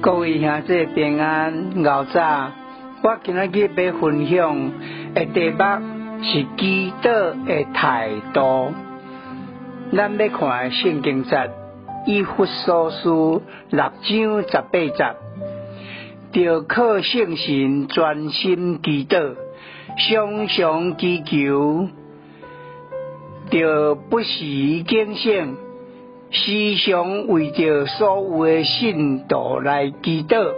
各位兄弟平安，早早，我今仔日要分享的题目是祈祷的态度。咱要看圣经节以弗所书6章18节，着靠圣神专心祈祷，常常祈求，着不时警醒。时常为着所有的信徒来祈祷，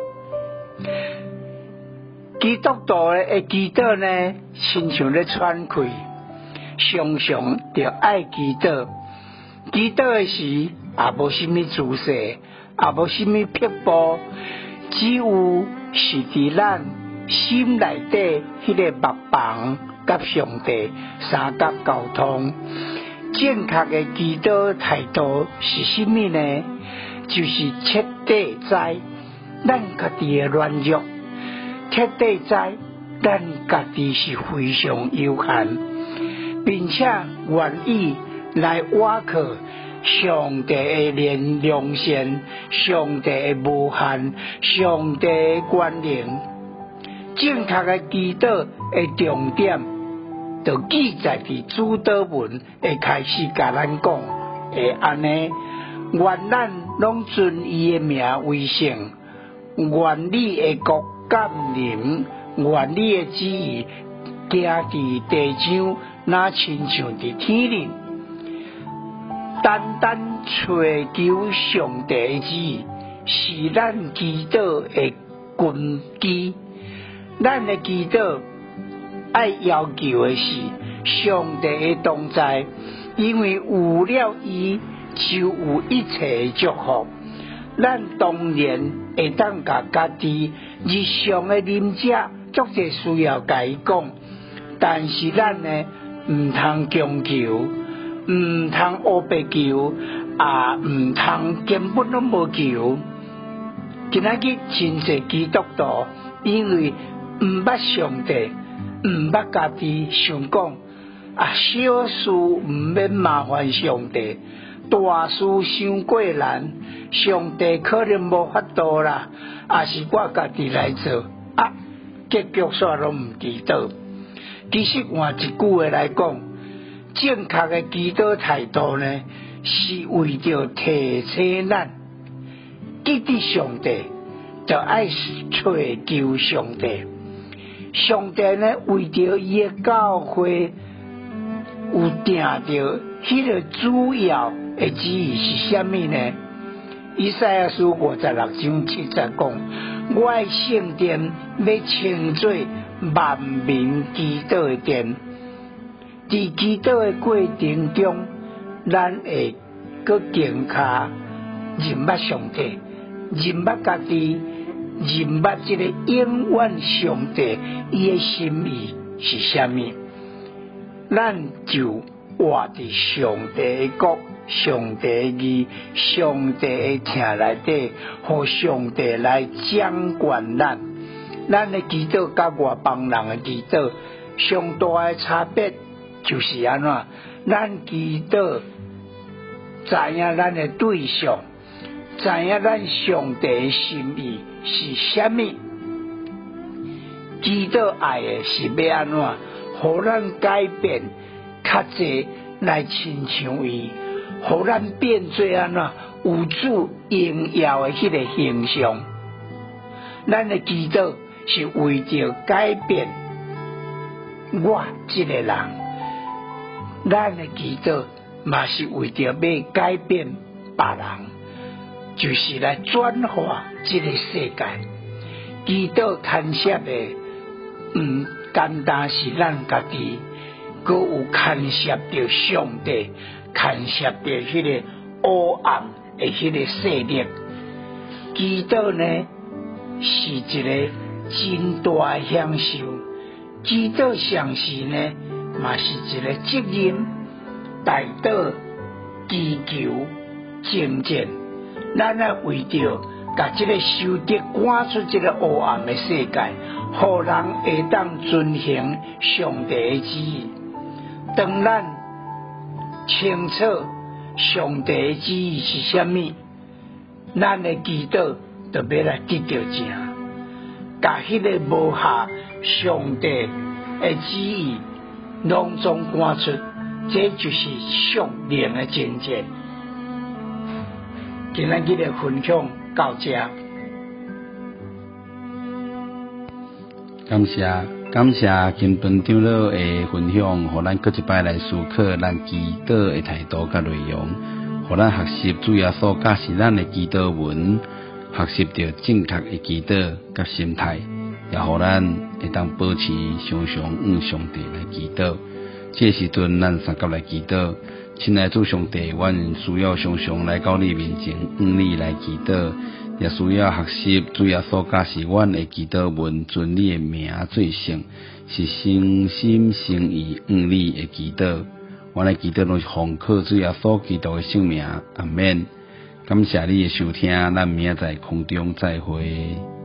基督徒的祈祷呢，亲像咧喘气，常常着爱祈祷。祈祷的时，也无什么姿势，也无什么撇步，只有是伫咱心内底迄个目房，甲上帝三角沟通。正确的祈祷态度是什么呢？就是彻底知咱家己的软弱，彻底知咱家己是非常有限，并且愿意来倚靠上帝的良善、上帝的无限、上帝的权能。正确的祈祷的重点就记载伫主祷文会开始甲咱讲，会安尼，愿咱拢尊伊的名为圣，愿你的国降临，愿你的旨意行伫地上，那亲像伫天里。单单追求上帝的旨意，是咱祈祷的根基。咱的祈祷爱要求的是上帝的同在，因为有了伊，就有一切的祝福。咱当然会当甲家己日常的忍者足侪需要甲伊讲，但是咱呢，毋通强求，毋通乌白求，也毋通根本拢无求。今仔日真侪基督徒因为毋捌上帝，毋捌家己，想讲小事毋免麻烦上帝，大事伤过难，上帝可能无法度啦，也是我家己来做结局煞拢毋知道。其实换一句话来讲，正确的祈祷态度呢，是为着提醒咱记得上帝，就爱找求上帝。上帝呢，为着伊的教会有定着迄个主要的旨意是啥物呢？以赛亚书56章7节讲，我的圣殿要称作万民祈祷的殿。伫祈祷的过程中，咱会搁更加认捌上帝，认捌家己，认捌这个永远上帝伊的心意是啥物，咱就活伫上帝的国、上帝的义、上帝的听内底，互上帝来掌管咱。咱的祈祷甲外邦人的祈祷上大的差别就是安怎？咱祈祷知影咱的对象，知影咱上帝的心意是啥物。祈祷爱的是要安怎？互咱改变较济来亲像伊，互咱变做安怎有主荣耀的迄个形象。咱的祈祷是为着改变我这个人，咱的祈祷嘛是为着要改变别人，就是来转化这个世界。祈祷牵涉的单单是咱家己，阁有牵涉着上帝，牵涉着迄个黑暗的迄个势力。祈祷呢是一个真大的享受，祈祷上时呢嘛是一个责任，大祷祈求精进，咱要为着把这个仇敌赶出这个黑暗的世界，互人会当遵行上帝的旨意。当咱清楚上帝的旨意是啥物，咱的祈祷就要来得到正，甲迄个无下上帝的旨意拢总赶出，这就是属灵的境界。今仔日的分享到这。 感谢金屯长老的分享，互咱搁一摆来思考咱祈祷的态度甲内容，互咱学习主耶稣教示咱的祈祷文，学习到正确的祈祷甲心态，也互咱会当保持常常向上帝来祈祷。这时阵咱三甲来祈祷，亲爱主上帝，阮需要常常来到你面前，向你来祈祷。也需要学习主耶稣教示阮的祈祷文，尊你的名做圣，是诚心诚意向你的祈祷。阮的祈祷拢是奉靠主耶稣基督的圣名，阿免。感谢你的收听，咱明仔载空中再会。